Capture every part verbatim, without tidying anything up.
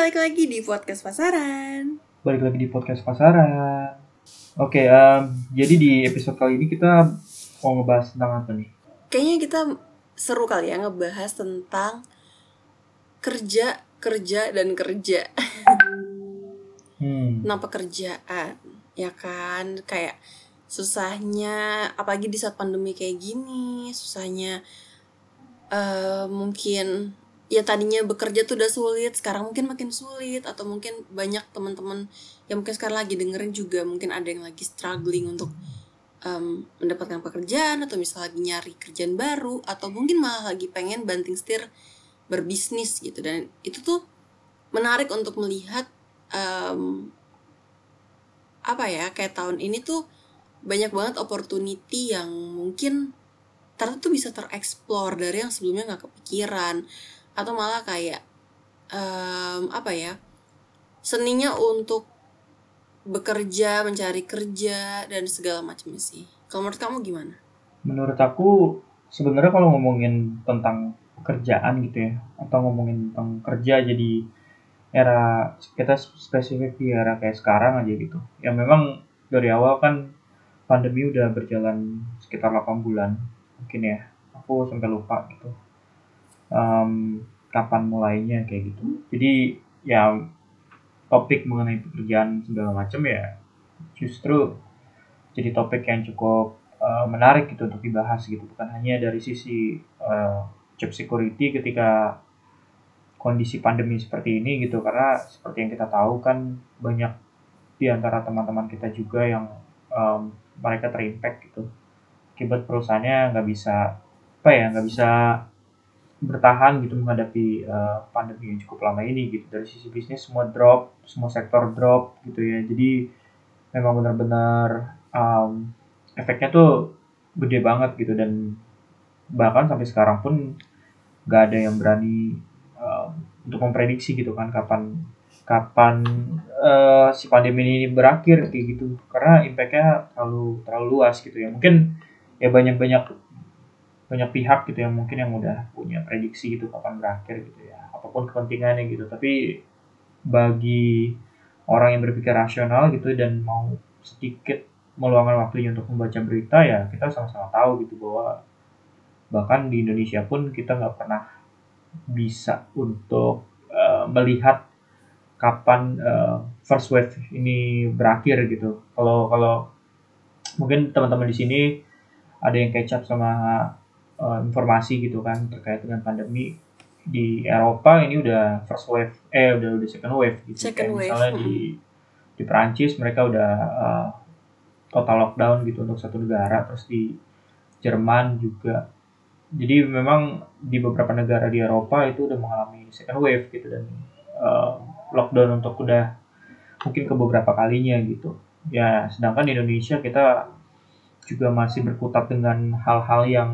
balik lagi di podcast pasaran. Balik lagi di podcast pasaran. Oke, um, jadi di episode kali ini kita mau ngebahas tentang apa nih? Kayaknya kita seru kali ya ngebahas tentang kerja, kerja, dan kerja. Hmm. Tentang pekerjaan, ya kan? Kayak susahnya, apalagi di saat pandemi kayak gini, susahnya uh, mungkin ya tadinya bekerja tuh udah sulit, sekarang mungkin makin sulit, atau mungkin banyak teman-teman yang mungkin sekarang lagi dengerin juga mungkin ada yang lagi struggling untuk um, mendapatkan pekerjaan, atau misalnya lagi nyari kerjaan baru, atau mungkin malah lagi pengen banting setir berbisnis gitu. Dan itu tuh menarik untuk melihat um, apa ya, kayak tahun ini tuh banyak banget opportunity yang mungkin ternyata tuh bisa tereksplor dari yang sebelumnya nggak kepikiran, atau malah kayak um, apa ya, seninya untuk bekerja, mencari kerja, dan segala macamnya sih. Kalau menurut kamu gimana? Menurut aku sebenarnya kalau ngomongin tentang pekerjaan gitu ya, atau ngomongin tentang kerja jadi era kita spesifik di era kayak sekarang aja gitu. Ya memang dari awal kan pandemi udah berjalan sekitar delapan bulan mungkin ya. Aku sampai lupa gitu. Um, kapan mulainya kayak gitu. Jadi ya topik mengenai pekerjaan segala macam ya justru jadi topik yang cukup uh, menarik gitu untuk dibahas gitu, bukan hanya dari sisi uh, job security ketika kondisi pandemi seperti ini gitu, karena seperti yang kita tahu kan banyak di antara teman-teman kita juga yang um, mereka terimpact gitu akibat perusahaannya nggak bisa apa ya nggak bisa bertahan gitu menghadapi uh, pandemi yang cukup lama ini gitu. Dari sisi bisnis semua drop, semua sektor drop gitu ya, jadi memang benar-benar um, efeknya tuh gede banget gitu, dan bahkan sampai sekarang pun nggak ada yang berani um, untuk memprediksi gitu kan kapan kapan uh, si pandemi ini berakhir kayak gitu, karena impactnya terlalu terlalu luas gitu ya. Mungkin ya banyak banyak banyak pihak gitu yang mungkin yang udah punya prediksi gitu kapan berakhir gitu ya, apapun kepentingannya gitu. Tapi bagi orang yang berpikir rasional gitu dan mau sedikit meluangkan waktunya untuk membaca berita, ya kita sama-sama tahu gitu bahwa bahkan di Indonesia pun kita nggak pernah bisa untuk uh, melihat kapan uh, first wave ini berakhir gitu. Kalau kalau mungkin teman-teman di sini ada yang catch up sama uh, informasi gitu kan terkait dengan pandemi di Eropa ini udah first wave, eh udah udah second wave gitu. Second Kayak wave. misalnya di di Perancis mereka udah uh, total lockdown gitu untuk satu negara, terus di Jerman juga. Jadi memang di beberapa negara di Eropa itu udah mengalami second wave gitu, dan uh, lockdown untuk udah mungkin ke beberapa kalinya gitu. Ya sedangkan di Indonesia kita juga masih berkutat dengan hal-hal yang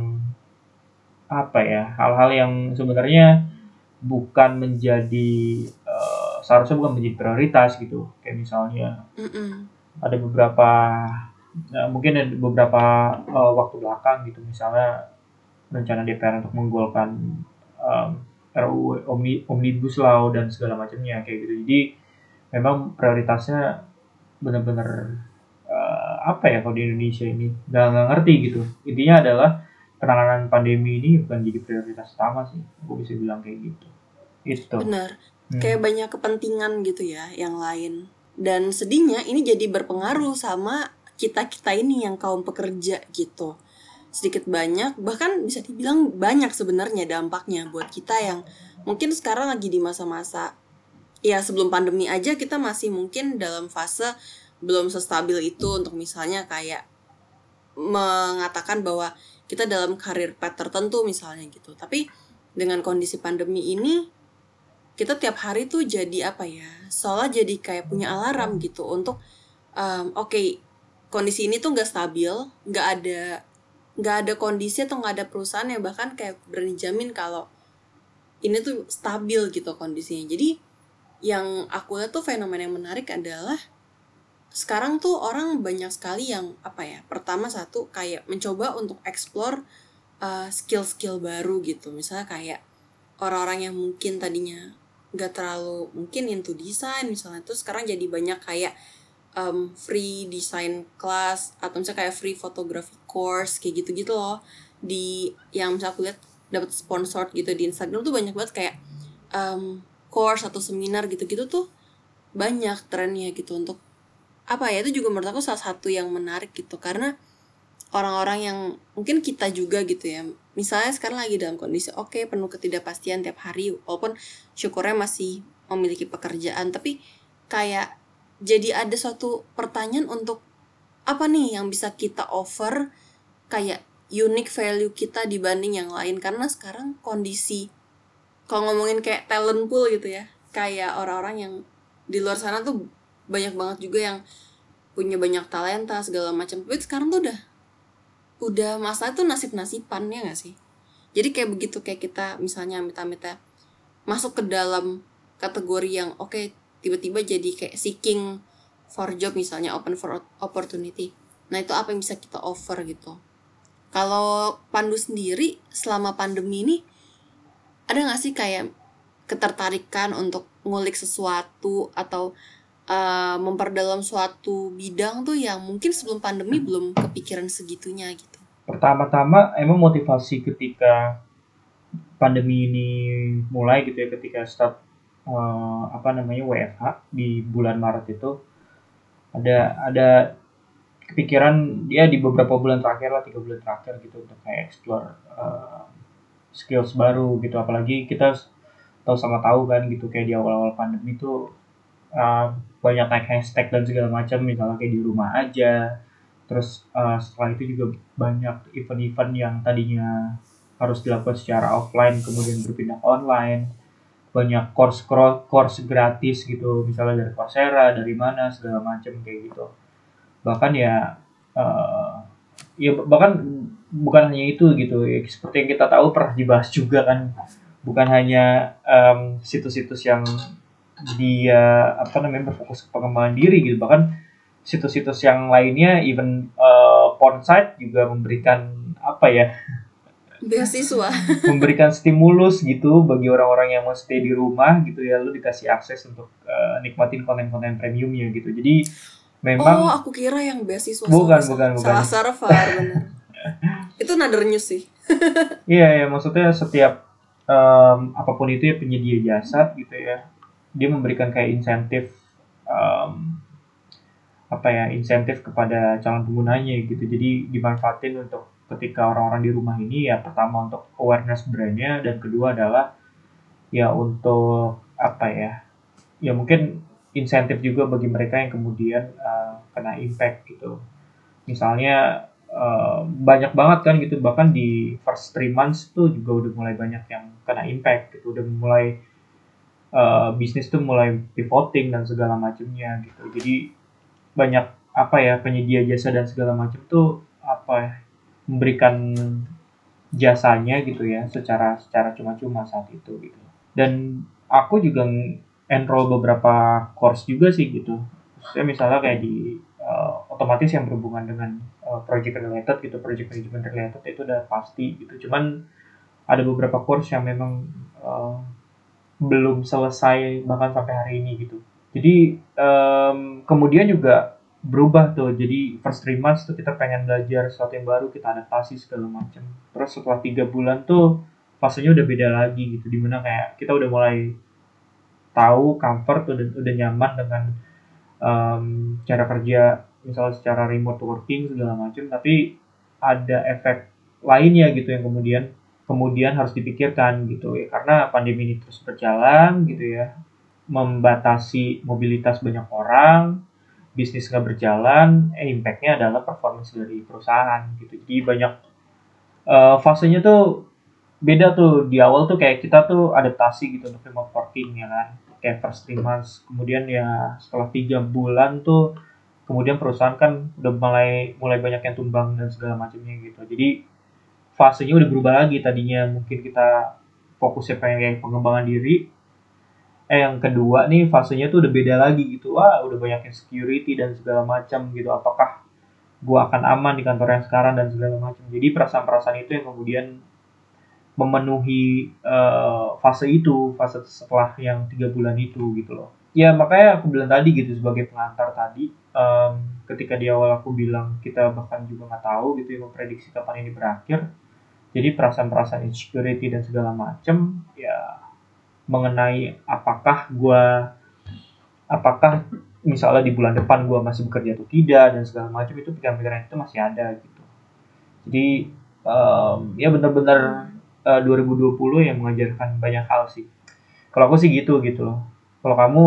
apa ya, hal-hal yang sebenarnya bukan menjadi uh, seharusnya bukan menjadi prioritas gitu. Kayak misalnya Mm-mm. ada beberapa nah, mungkin ada beberapa uh, waktu belakang gitu, misalnya rencana D P R untuk menggolkan um, R U U Omni, Omnibus Law dan segala macamnya kayak gitu. Jadi memang prioritasnya benar-benar uh, apa ya, kalau di Indonesia ini nggak nggak ngerti gitu. Intinya adalah penanganan pandemi ini bukan jadi prioritas utama sih, aku bisa bilang kayak gitu. Itu. Benar. Hmm. Kayak banyak kepentingan gitu ya yang lain. Dan sedihnya ini jadi berpengaruh sama kita-kita ini yang kaum pekerja gitu. Sedikit banyak, bahkan bisa dibilang banyak sebenarnya dampaknya buat kita yang mungkin sekarang lagi di masa-masa, ya sebelum pandemi aja kita masih mungkin dalam fase belum sestabil itu untuk misalnya kayak mengatakan bahwa kita dalam karir path tertentu misalnya gitu. Tapi dengan kondisi pandemi ini kita tiap hari tuh jadi apa ya, soalnya jadi kayak punya alarm gitu untuk um, oke okay, kondisi ini tuh nggak stabil, nggak ada nggak ada kondisi atau nggak ada perusahaan yang bahkan kayak berani jamin kalau ini tuh stabil gitu kondisinya. Jadi yang aku lihat tuh fenomena yang menarik adalah sekarang tuh orang banyak sekali yang apa ya, pertama satu kayak mencoba untuk explore uh, skill-skill baru gitu. Misalnya kayak orang-orang yang mungkin tadinya nggak terlalu mungkin into desain misalnya, terus sekarang jadi banyak kayak um, free design class atau misalnya kayak free photography course kayak gitu-gitu loh, di yang misalnya aku lihat dapat sponsor gitu di Instagram tuh banyak banget kayak um, course atau seminar gitu-gitu tuh banyak trennya gitu untuk apa ya, itu juga menurut aku salah satu yang menarik gitu, karena orang-orang yang mungkin kita juga gitu ya, misalnya sekarang lagi dalam kondisi oke okay, penuh ketidakpastian tiap hari, walaupun syukurnya masih memiliki pekerjaan, tapi kayak jadi ada suatu pertanyaan untuk apa nih yang bisa kita offer, kayak unique value kita dibanding yang lain, karena sekarang kondisi kalau ngomongin kayak talent pool gitu ya, kayak orang-orang yang di luar sana tuh banyak banget juga yang punya banyak talenta segala macam, tapi sekarang tuh udah udah masalah tuh nasib-nasiban ya nggak sih. Jadi kayak begitu, kayak kita misalnya amit-amit ya masuk ke dalam kategori yang oke okay, tiba-tiba jadi kayak seeking for job misalnya, open for opportunity, nah itu apa yang bisa kita offer gitu. Kalau Pandu sendiri selama pandemi ini ada nggak sih kayak ketertarikan untuk ngulik sesuatu atau uh, memperdalam suatu bidang tuh yang mungkin sebelum pandemi belum kepikiran segitunya gitu? Pertama-tama emang motivasi ketika pandemi ini mulai gitu ya, ketika start uh, apa namanya W F H di bulan Maret itu, ada ada kepikiran dia di beberapa bulan terakhir lah, tiga bulan terakhir gitu, untuk kayak explore uh, skills baru gitu. Apalagi kita tahu sama tahu kan gitu, kayak di awal-awal pandemi itu uh, banyak naik hashtag dan segala macam, misalnya kayak di rumah aja. Terus uh, setelah itu juga banyak event-event yang tadinya harus dilakukan secara offline kemudian berpindah ke online. Banyak course course gratis gitu, misalnya dari Coursera, dari mana segala macam kayak gitu. Bahkan ya uh, ya bahkan bukan hanya itu gitu ya, seperti yang kita tahu pernah dibahas juga kan, bukan hanya um, situs-situs yang dia apa namanya berfokus ke pengembangan diri gitu, bahkan situs-situs yang lainnya, even uh, porn site juga memberikan apa ya, beasiswa. memberikan stimulus gitu bagi orang-orang yang mau stay di rumah gitu ya, lu dikasih akses untuk uh, nikmatin konten-konten premiumnya gitu. Jadi Oh, memang aku kira yang beasiswa, bukan sorry, salah, bukan bukan salah server, bener. Itu another news sih. iya ya, maksudnya setiap um, apapun itu ya, penyedia jasa gitu ya, dia memberikan kayak insentif, um, apa ya, insentif kepada calon penggunanya gitu. Jadi dimanfaatin untuk ketika orang-orang di rumah ini ya, pertama untuk awareness brandnya, dan kedua adalah ya untuk apa ya, ya mungkin insentif juga bagi mereka yang kemudian uh, kena impact gitu. Misalnya uh, banyak banget kan gitu, bahkan di first three months tuh juga udah mulai banyak yang kena impact gitu, udah mulai uh, bisnis tuh mulai pivoting dan segala macamnya gitu. Jadi banyak apa ya, penyedia jasa dan segala macam tuh apa ya, memberikan jasanya gitu ya, secara secara cuma-cuma saat itu gitu. Dan aku juga enroll beberapa course juga sih gitu. Saya misalnya kayak di uh, otomatis yang berhubungan dengan uh, project related gitu, project management related itu udah pasti gitu. Cuman ada beberapa course yang memang uh, belum selesai bahkan sampai hari ini gitu. Jadi um, kemudian juga berubah tuh, jadi first three months tuh kita pengen belajar sesuatu yang baru, kita adaptasi segala macam. Terus setelah tiga bulan tuh fasenya udah beda lagi gitu, dimana kayak kita udah mulai tahu, comfort, udah, udah nyaman dengan um, cara kerja misalnya secara remote working segala macam. Tapi ada efek lainnya gitu yang kemudian kemudian harus dipikirkan gitu ya, karena pandemi ini terus berjalan gitu ya, membatasi mobilitas banyak orang, bisnis nggak berjalan, eh impactnya adalah performance dari perusahaan gitu. Jadi banyak uh, fasenya tuh beda tuh. Di awal tuh kayak kita tuh adaptasi gitu untuk remote working ya kan, kayak first three months, kemudian ya setelah tiga bulan tuh kemudian perusahaan kan udah mulai mulai banyak yang tumbang dan segala macamnya gitu. Jadi fasenya udah berubah lagi, tadinya mungkin kita fokusnya pengen pengembangan diri, eh yang kedua nih fasenya tuh udah beda lagi gitu. Wah, udah banyak yang security dan segala macam gitu, apakah gua akan aman di kantor yang sekarang dan segala macam. Jadi perasaan-perasaan itu yang kemudian memenuhi uh, fase itu, fase setelah yang tiga bulan itu gitu loh. Ya makanya aku bilang tadi gitu sebagai pengantar tadi, um, ketika di awal aku bilang kita bahkan juga nggak tahu gitu ya memprediksi kapan ini berakhir. Jadi perasaan-perasaan insecurity dan segala macam ya mengenai apakah gue apakah misalnya di bulan depan gue masih bekerja atau tidak dan segala macam itu pikiran-pikiran itu masih ada gitu. Jadi um, ya benar-benar uh, dua ribu dua puluh yang mengajarkan banyak hal sih. Kalau aku sih gitu gitu loh. Kalau kamu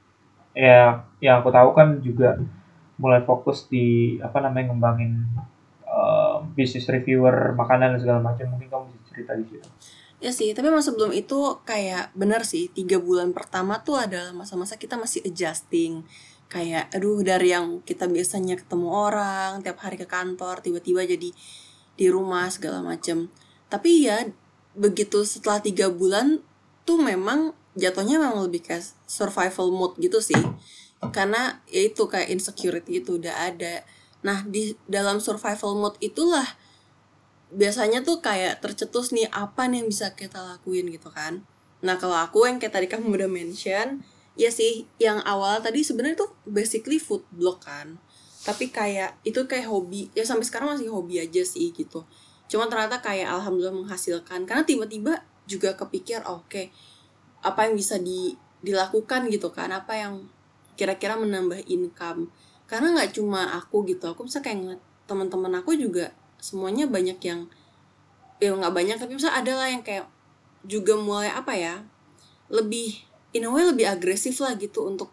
ya yang aku tahu kan juga mulai fokus di apa namanya ngembangin uh, bisnis reviewer makanan dan segala macam. Mungkin kamu bisa cerita di situ. Ya sih, tapi emang sebelum itu kayak bener sih, tiga bulan pertama tuh adalah masa-masa kita masih adjusting. Kayak, aduh dari yang kita biasanya ketemu orang, tiap hari ke kantor, tiba-tiba jadi di rumah segala macem. Tapi ya, begitu setelah tiga bulan tuh memang jatuhnya memang lebih kayak survival mode gitu sih. Karena ya itu kayak insecurity itu udah ada. Nah, di dalam survival mode itulah biasanya tuh kayak tercetus nih apa nih yang bisa kita lakuin gitu kan. Nah kalau aku yang kayak tadi kamu udah mention, ya sih yang awal tadi sebenarnya tuh basically food blog kan. Tapi kayak itu kayak hobi, ya sampai sekarang masih hobi aja sih gitu. Cuma ternyata kayak alhamdulillah menghasilkan karena tiba-tiba juga kepikir oh, oke okay, apa yang bisa di, dilakukan gitu kan, apa yang kira-kira menambah income. Karena nggak cuma aku gitu, aku bisa kayak ngeliat teman-teman aku juga semuanya banyak yang ya nggak banyak tapi misalnya ada lah yang kayak juga mulai apa ya lebih in a way lebih agresif lah gitu untuk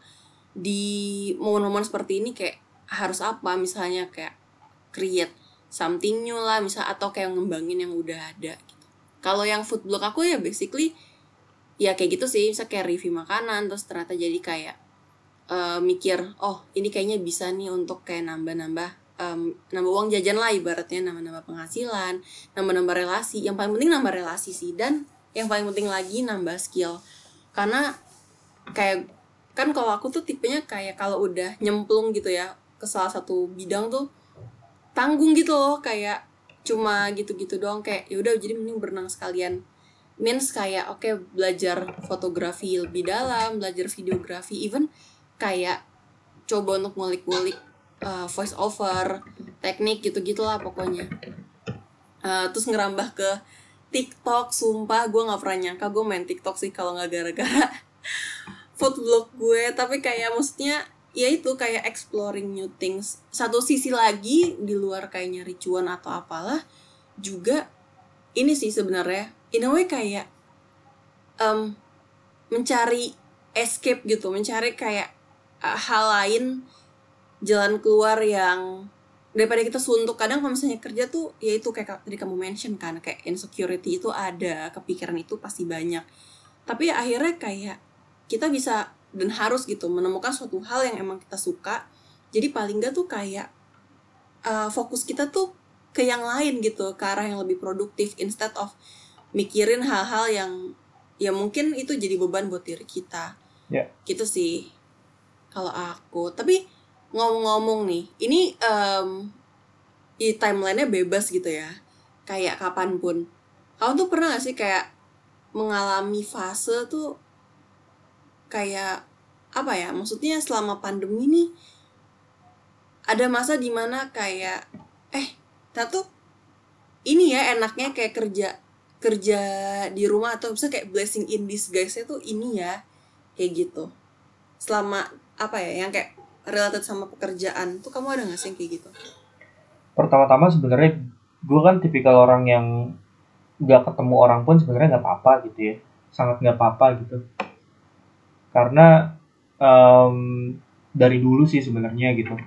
di momen-momen seperti ini kayak harus apa misalnya kayak create something new lah misal atau kayak ngembangin yang udah ada gitu. Kalau yang food blog aku ya basically ya kayak gitu sih, misal kayak review makanan terus ternyata jadi kayak uh, mikir oh ini kayaknya bisa nih untuk kayak nambah-nambah Um, nambah uang jajan lah ibaratnya, nambah-nambah penghasilan, nambah-nambah relasi. Yang paling penting nambah relasi sih, dan yang paling penting lagi nambah skill. Karena kayak kan kalau aku tuh tipenya kayak kalau udah nyemplung gitu ya ke salah satu bidang tuh tanggung gitu loh, kayak cuma gitu-gitu doang kayak ya udah jadi mending berenang sekalian. Means kayak oke okay, belajar fotografi lebih dalam, belajar videografi, even kayak coba untuk ngulik-ngulik Uh, voice over, teknik gitu-gitulah pokoknya. Uh, terus ngerambah ke TikTok, sumpah gue nggak pernah nyangka gue main TikTok sih kalau nggak gara-gara food vlog gue. Tapi kayak maksudnya ya itu kayak exploring new things. Satu sisi lagi di luar kayak nyari cuan atau apalah juga ini sih sebenarnya in a way kayak um, mencari escape gitu, mencari kayak uh, hal lain, jalan keluar yang daripada kita suntuk. Kadang kalau misalnya kerja tuh ya itu kayak tadi kamu mention kan kayak insecurity itu ada, kepikiran itu pasti banyak. Tapi ya akhirnya kayak kita bisa dan harus gitu menemukan suatu hal yang emang kita suka. Jadi paling gak tuh kayak uh, fokus kita tuh ke yang lain gitu, ke arah yang lebih produktif instead of mikirin hal-hal yang ya mungkin itu jadi beban buat diri kita. Ya. Gitu sih kalau aku. Tapi ngomong-ngomong nih, ini um, di timelinenya bebas gitu ya, kayak kapanpun. Kamu tuh pernah gak sih kayak mengalami fase tuh kayak apa ya? Maksudnya selama pandemi nih ada masa dimana kayak eh, kita tuh ini ya enaknya kayak kerja kerja di rumah atau bisa kayak blessing in disguise-nya tuh ini ya kayak gitu. Selama apa ya yang kayak related sama pekerjaan tuh kamu ada nggak sih yang kayak gitu? Pertama-tama sebenarnya gue kan tipikal orang yang nggak ketemu orang pun sebenarnya nggak apa-apa gitu ya, sangat nggak apa-apa gitu. Karena um, dari dulu sih sebenarnya gitu,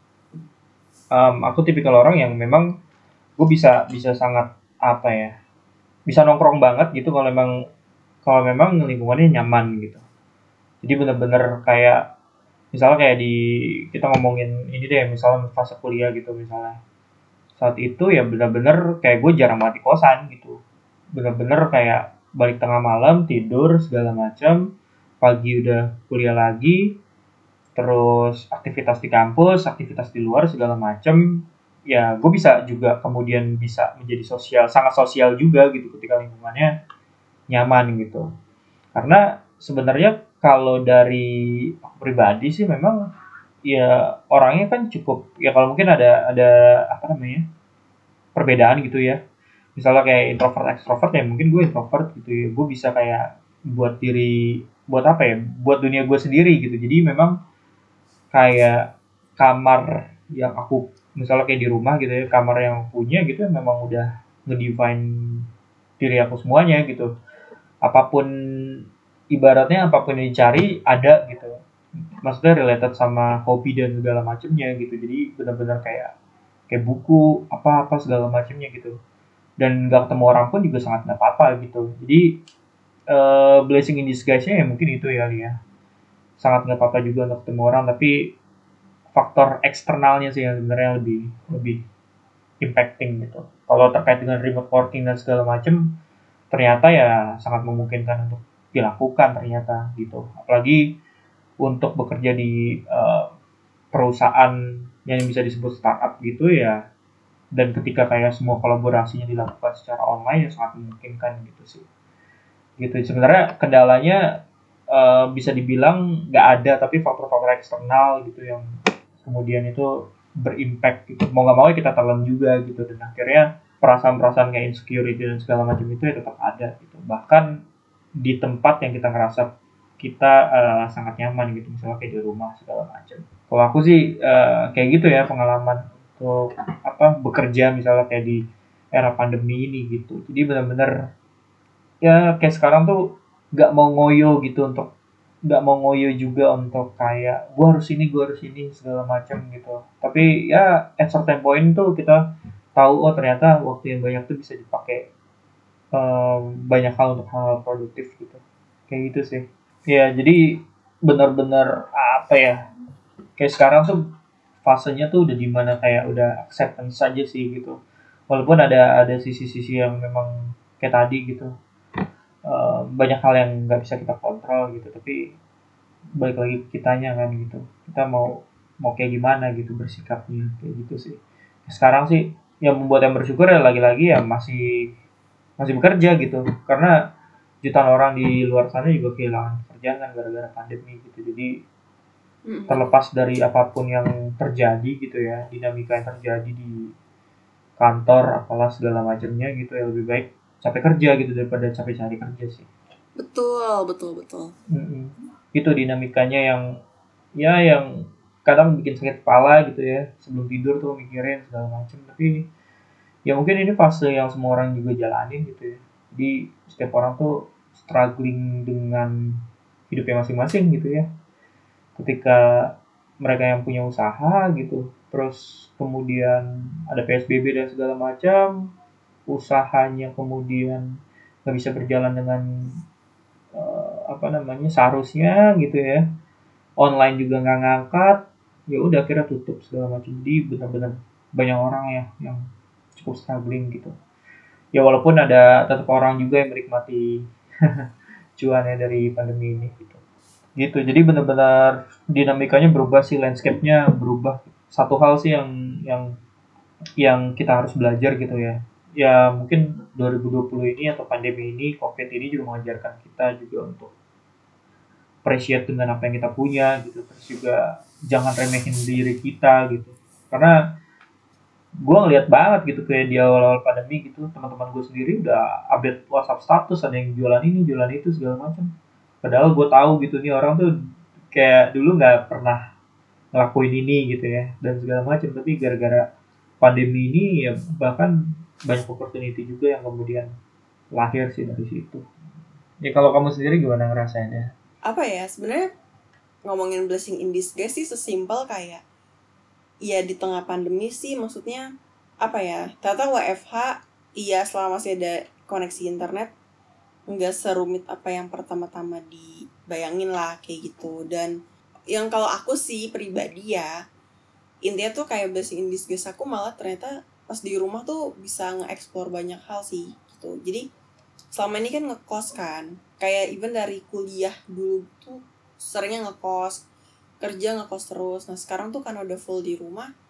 um, aku tipikal orang yang memang gue bisa bisa sangat apa ya, bisa nongkrong banget gitu kalau memang kalau memang lingkungannya nyaman gitu. Jadi bener-bener kayak misalnya kayak di kita ngomongin ini deh, misalnya fase kuliah gitu misalnya, saat itu ya bener-bener kayak gue jarang mati kosan gitu, bener-bener kayak balik tengah malam tidur segala macam, pagi udah kuliah lagi, terus aktivitas di kampus, aktivitas di luar segala macam, ya gue bisa juga kemudian bisa menjadi sosial, sangat sosial juga gitu ketika lingkungannya nyaman gitu. Karena sebenarnya kalau dari aku pribadi sih memang ya orangnya kan cukup, ya kalau mungkin ada ada apa namanya perbedaan gitu ya, misalnya kayak introvert extrovert, ya mungkin gue introvert gitu ya, gue bisa kayak buat diri, buat apa ya, buat dunia gue sendiri gitu. Jadi memang kayak kamar yang aku misalnya kayak di rumah gitu ya, kamar yang aku punya gitu ya, memang udah ngedefine diri aku semuanya gitu. Apapun, ibaratnya apapun yang dicari ada gitu, maksudnya related sama hobi dan segala macemnya gitu. Jadi benar-benar kayak kayak buku apa apa segala macemnya gitu, dan nggak ketemu orang pun juga sangat nggak apa-apa gitu. Jadi uh, blessing in disguise-nya ya mungkin itu ya Lia, sangat nggak apa-apa juga untuk ketemu orang, tapi faktor eksternalnya sih yang sebenarnya lebih lebih impacting gitu. Kalau terkait dengan remote working dan segala macam, ternyata ya sangat memungkinkan untuk dilakukan ternyata gitu. Apalagi untuk bekerja di uh, perusahaan yang bisa disebut startup gitu ya, dan ketika kayak semua kolaborasinya dilakukan secara online ya sangat memungkinkan gitu sih. Gitu sebenarnya kendalanya uh, bisa dibilang nggak ada, tapi faktor-faktor eksternal gitu yang kemudian itu berimpact gitu. Mau nggak mau ya kita telan juga gitu, dan akhirnya perasaan-perasaan kayak insecurity dan segala macam itu ya tetap ada gitu. Bahkan di tempat yang kita ngerasa kita uh, sangat nyaman gitu, misalnya kayak di rumah segala macam. Kalau aku sih uh, kayak gitu ya pengalaman untuk apa bekerja misalnya kayak di era pandemi ini gitu. Jadi benar-benar ya kayak sekarang tuh nggak mau ngoyo gitu, untuk nggak mau ngoyo juga untuk kayak gue harus ini gue harus ini segala macam gitu. Tapi ya at certain point tuh kita tahu oh ternyata waktu yang banyak tuh bisa dipakai um, banyak hal untuk hal, -hal produktif gitu. Kayak gitu sih. Ya jadi benar-benar apa ya, kayak sekarang tuh fasenya tuh udah dimana kayak udah acceptance saja sih gitu. Walaupun ada ada sisi-sisi yang memang kayak tadi gitu, uh, banyak hal yang nggak bisa kita kontrol gitu, tapi balik lagi ke kitanya kan gitu, kita mau mau kayak gimana gitu bersikapnya kayak gitu sih. Sekarang sih yang membuat yang bersyukur ya lagi-lagi ya masih masih bekerja gitu, karena jutaan orang di luar sana juga kehilangan pekerjaan kan gara-gara pandemi gitu. Jadi terlepas dari apapun yang terjadi gitu ya, dinamika yang terjadi di kantor apalah segala macamnya gitu ya, lebih baik capek kerja gitu daripada capek cari kerja sih. Betul, betul, betul. Mm-mm. Itu dinamikanya yang ya yang kadang bikin sakit kepala gitu ya, sebelum tidur tuh mikirin segala macam. Tapi ya mungkin ini fase yang semua orang juga jalanin gitu ya. Jadi setiap orang tuh struggling dengan hidupnya masing-masing gitu ya. Ketika mereka yang punya usaha gitu, terus kemudian ada P S B B dan segala macam, usahanya kemudian nggak bisa berjalan dengan uh, apa namanya seharusnya gitu ya, online juga nggak ngangkat, ya udah akhirnya tutup segala macam. Jadi benar-benar banyak orang ya yang cukup struggling gitu. Ya walaupun ada tetap orang juga yang menikmati cuannya dari pandemi ini gitu. Gitu. Jadi benar-benar dinamikanya berubah sih, landscape-nya berubah. Satu hal sih yang yang yang kita harus belajar gitu ya. Ya mungkin dua ribu dua puluh ini atau pandemi ini, Covid ini juga mengajarkan kita juga untuk appreciate dengan apa yang kita punya gitu. Terus juga jangan remehin diri kita gitu. Karena gue ngeliat banget gitu kayak di awal-awal pandemi gitu, teman-teman gue sendiri udah update WhatsApp status, ada yang jualan ini jualan itu segala macam. Padahal gue tahu gitu nih orang tuh kayak dulu nggak pernah ngelakuin ini gitu ya dan segala macam, tapi gara-gara pandemi ini ya bahkan banyak opportunity juga yang kemudian lahir sih dari situ. Ya kalau kamu sendiri gimana ngerasainnya? Apa ya, sebenarnya ngomongin blessing in disguise sih sesimpel kayak ya di tengah pandemi sih, maksudnya apa ya, ternyata W F H iya selama masih ada koneksi internet nggak serumit apa yang pertama-tama dibayangin lah kayak gitu. Dan yang kalau aku sih pribadi ya, intinya tuh kayak blessing in disguise aku malah ternyata pas di rumah tuh bisa nge-explore banyak hal sih gitu. Jadi selama ini kan ngekos kan, kayak even dari kuliah dulu tuh seringnya ngekos, kerja ngekos terus. Nah sekarang tuh kan udah full di rumah,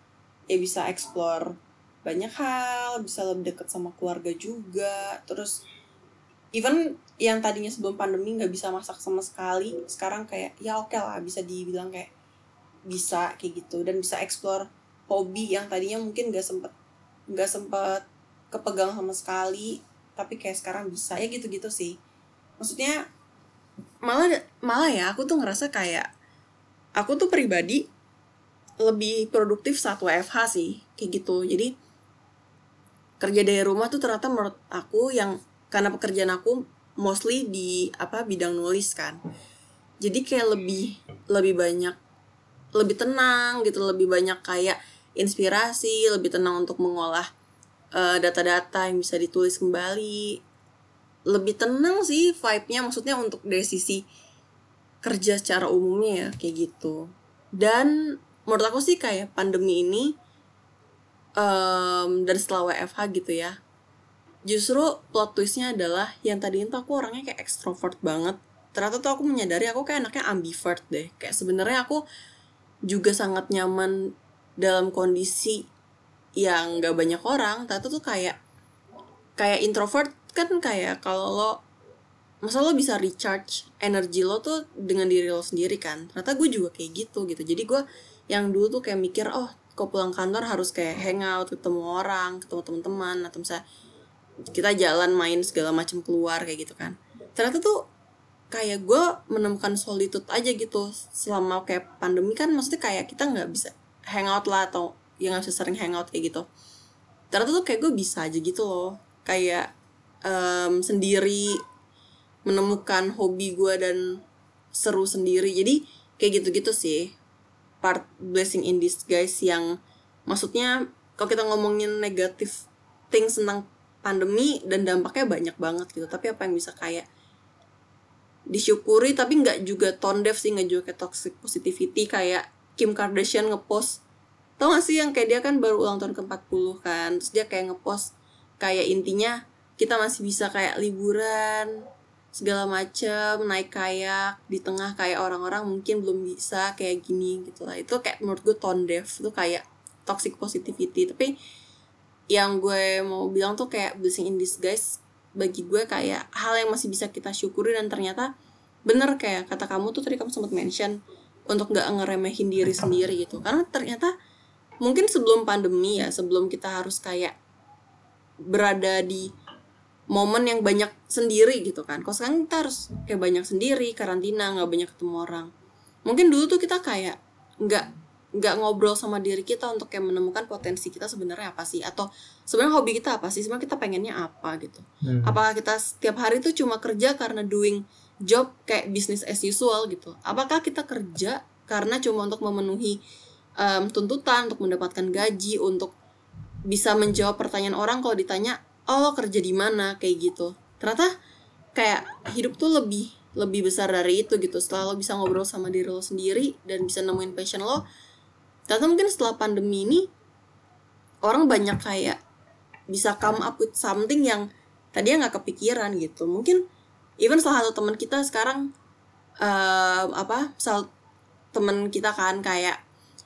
ya bisa explore banyak hal, bisa lebih dekat sama keluarga juga. Terus even yang tadinya sebelum pandemi nggak bisa masak sama sekali, sekarang kayak ya oke lah, bisa dibilang kayak bisa kayak gitu, dan bisa explore hobi yang tadinya mungkin nggak sempet nggak sempet kepegang sama sekali, tapi kayak sekarang bisa, ya gitu-gitu sih. Maksudnya malah malah ya aku tuh ngerasa kayak aku tuh pribadi lebih produktif saat W F H sih kayak gitu. Jadi kerja dari rumah tuh ternyata menurut aku, yang karena pekerjaan aku mostly di apa bidang nulis kan, jadi kayak lebih lebih banyak, lebih tenang gitu, lebih banyak kayak inspirasi, lebih tenang untuk mengolah uh, data-data yang bisa ditulis kembali, lebih tenang sih vibe-nya, maksudnya untuk dari sisi kerja secara umumnya ya kayak gitu. Dan menurut aku sih kayak pandemi ini um, dan setelah W F H gitu ya, justru plot twistnya adalah yang tadinya tuh aku orangnya kayak extrovert banget, ternyata tuh aku menyadari aku kayak anaknya ambivert deh. Kayak sebenarnya aku juga sangat nyaman dalam kondisi yang gak banyak orang. Ternyata tuh kayak kayak introvert kan, kayak kalau lo masa lo bisa recharge energi lo tuh dengan diri lo sendiri kan. Ternyata gue juga kayak gitu gitu. Jadi gue yang dulu tuh kayak mikir, oh kok pulang kantor harus kayak hangout, ketemu orang, ketemu teman-teman, atau misalnya kita jalan main segala macam keluar kayak gitu kan. Ternyata tuh kayak gue menemukan solitude aja gitu selama kayak pandemi kan, maksudnya kayak kita nggak bisa hangout lah, atau ya nggak bisa sering hangout kayak gitu. Ternyata tuh kayak gue bisa aja gitu loh, kayak um, sendiri menemukan hobi gue dan seru sendiri. Jadi kayak gitu-gitu sih part blessing in disguise, yang maksudnya kalau kita ngomongin negatif things tentang pandemi dan dampaknya banyak banget gitu, tapi apa yang bisa kayak disyukuri tapi nggak juga tone deaf sih, nggak juga kayak toxic positivity kayak Kim Kardashian ngepost, tau gak sih yang kayak dia kan baru ulang tahun ke empat puluh kan, terus dia kayak ngepost kayak intinya kita masih bisa kayak liburan segala macem, naik kayak di tengah kayak orang-orang mungkin belum bisa kayak gini gitu lah. Itu kayak menurut gue tone deaf, itu kayak toxic positivity. Tapi yang gue mau bilang tuh kayak blessing in disguise bagi gue, kayak hal yang masih bisa kita syukuri. Dan ternyata bener kayak kata kamu tuh tadi, kamu sempat mention untuk gak ngeremehin diri sendiri gitu. Karena ternyata mungkin sebelum pandemi ya, sebelum kita harus kayak berada di momen yang banyak sendiri gitu kan, kalau sekarang kita harus kayak banyak sendiri, karantina, gak banyak ketemu orang. Mungkin dulu tuh kita kayak gak nggak ngobrol sama diri kita untuk kayak menemukan potensi kita sebenarnya apa sih, atau sebenarnya hobi kita apa sih, sebenarnya kita pengennya apa gitu. Hmm. Apakah kita setiap hari itu cuma kerja karena doing job kayak business as usual gitu? Apakah kita kerja karena cuma untuk memenuhi um, tuntutan, untuk mendapatkan gaji, untuk bisa menjawab pertanyaan orang kalau ditanya, oh lo kerja di mana kayak gitu? Ternyata kayak hidup tuh lebih lebih besar dari itu gitu. Setelah lo bisa ngobrol sama diri lo sendiri dan bisa nemuin passion lo, ternyata mungkin setelah pandemi ini orang banyak kayak bisa come up with something yang tadinya nggak kepikiran gitu. Mungkin even salah satu teman kita sekarang uh, apa salah teman kita kan kayak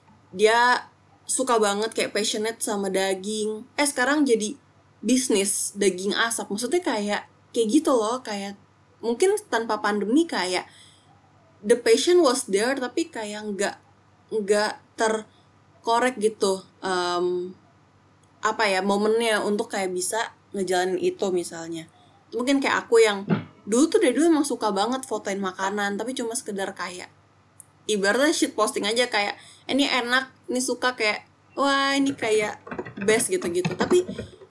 dia suka banget kayak passionate sama daging, eh sekarang jadi bisnis daging asap. Maksudnya kayak kayak gitu loh, kayak mungkin tanpa pandemi kayak the passion was there tapi kayak nggak nggak terkorek gitu um, apa ya momennya untuk kayak bisa ngejalanin itu. Misalnya mungkin kayak aku yang dulu tuh dari dulu emang suka banget fotoin makanan, tapi cuma sekedar kayak ibaratnya shit posting aja, kayak ini enak, ini suka, kayak wah ini kayak best gitu-gitu. Tapi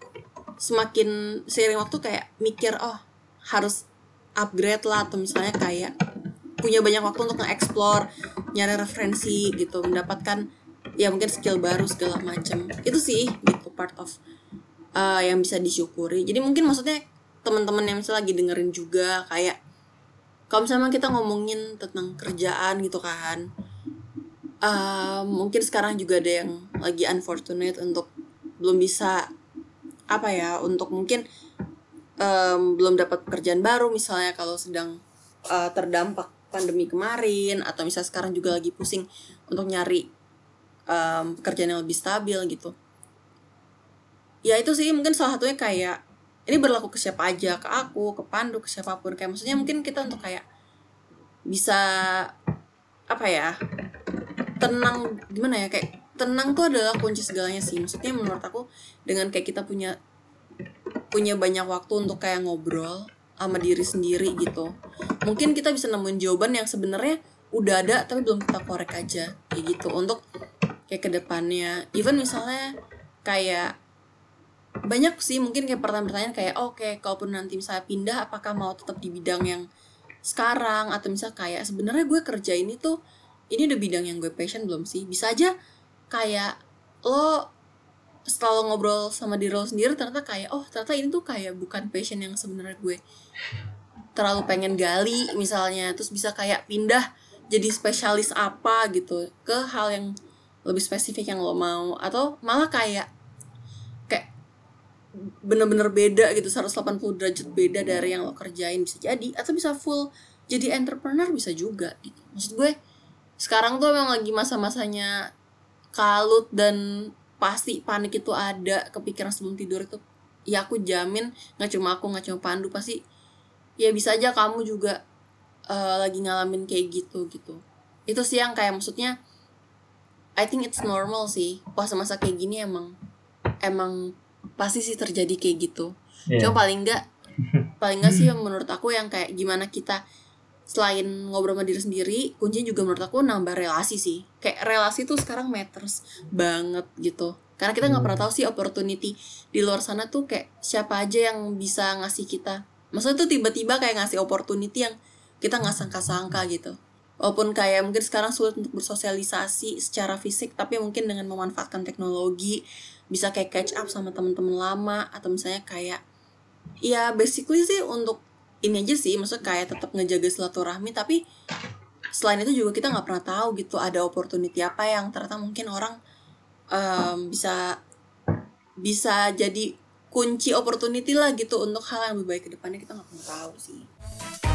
semakin seiring waktu kayak mikir, oh harus upgrade lah, atau misalnya kayak punya banyak waktu untuk nge-explore, nyari referensi gitu, mendapatkan ya mungkin skill baru segala macam. Itu sih gitu part of uh, yang bisa disyukuri. Jadi mungkin maksudnya teman-teman yang misalnya lagi dengerin juga, kayak kalau misalnya kita ngomongin tentang kerjaan gitu kan, uh, mungkin sekarang juga ada yang lagi unfortunate untuk belum bisa apa ya, untuk mungkin um, belum dapat pekerjaan baru misalnya kalau sedang uh, terdampak pandemi kemarin, atau misalnya sekarang juga lagi pusing untuk nyari um, pekerjaan yang lebih stabil gitu. Ya itu sih mungkin salah satunya, kayak ini berlaku ke siapa aja, ke aku, ke Pandu, ke siapapun. Kayak maksudnya mungkin kita untuk kayak bisa apa ya, tenang, gimana ya, kayak tenang tuh adalah kunci segalanya sih. Maksudnya menurut aku dengan kayak kita punya punya banyak waktu untuk kayak ngobrol sama diri sendiri gitu, mungkin kita bisa nemuin jawaban yang sebenarnya udah ada tapi belum kita korek aja kayak gitu untuk kayak kedepannya. Even misalnya kayak banyak sih mungkin kayak pertanyaan-pertanyaan kayak oke, okay, kalaupun nanti misalnya pindah apakah mau tetap di bidang yang sekarang, atau misalnya kayak sebenarnya gue kerja ini tuh ini udah bidang yang gue passion belum sih. Bisa aja kayak lo setelah lo ngobrol sama diri lo sendiri ternyata kayak oh ternyata ini tuh kayak bukan passion yang sebenarnya gue terlalu pengen gali misalnya, terus bisa kayak pindah jadi spesialis apa gitu ke hal yang lebih spesifik yang lo mau, atau malah kayak kayak bener-bener beda gitu, seratus delapan puluh derajat beda dari yang lo kerjain bisa jadi, atau bisa full jadi entrepreneur bisa juga gitu. Maksud gue sekarang tuh memang lagi masa-masanya kalut dan pasti panik itu ada, kepikiran sebelum tidur itu. Ya aku jamin nggak cuma aku, nggak cuma Pandu, pasti ya bisa aja kamu juga uh, lagi ngalamin kayak gitu gitu. Itu sih yang kayak maksudnya I think it's normal sih, pas masa kayak gini emang emang pasti sih terjadi kayak gitu. Yeah. Cuma paling nggak paling nggak sih menurut aku yang kayak gimana kita selain ngobrol sama diri sendiri, kuncinya juga menurut aku nambah relasi sih. Kayak relasi tuh sekarang matters banget gitu. Karena kita nggak pernah tahu sih opportunity di luar sana tuh kayak siapa aja yang bisa ngasih kita. Maksudnya tuh tiba-tiba kayak ngasih opportunity yang kita nggak sangka-sangka gitu. Walaupun kayak mungkin sekarang sulit untuk bersosialisasi secara fisik, tapi mungkin dengan memanfaatkan teknologi bisa kayak catch up sama teman-teman lama, atau misalnya kayak ya basically sih untuk ini aja sih, maksudnya kayak tetap ngejaga silaturahmi, tapi selain itu juga kita nggak pernah tahu gitu ada opportunity apa yang ternyata mungkin orang um, bisa bisa jadi kunci opportunity lah gitu untuk hal yang lebih baik ke depannya, kita nggak pernah tahu sih.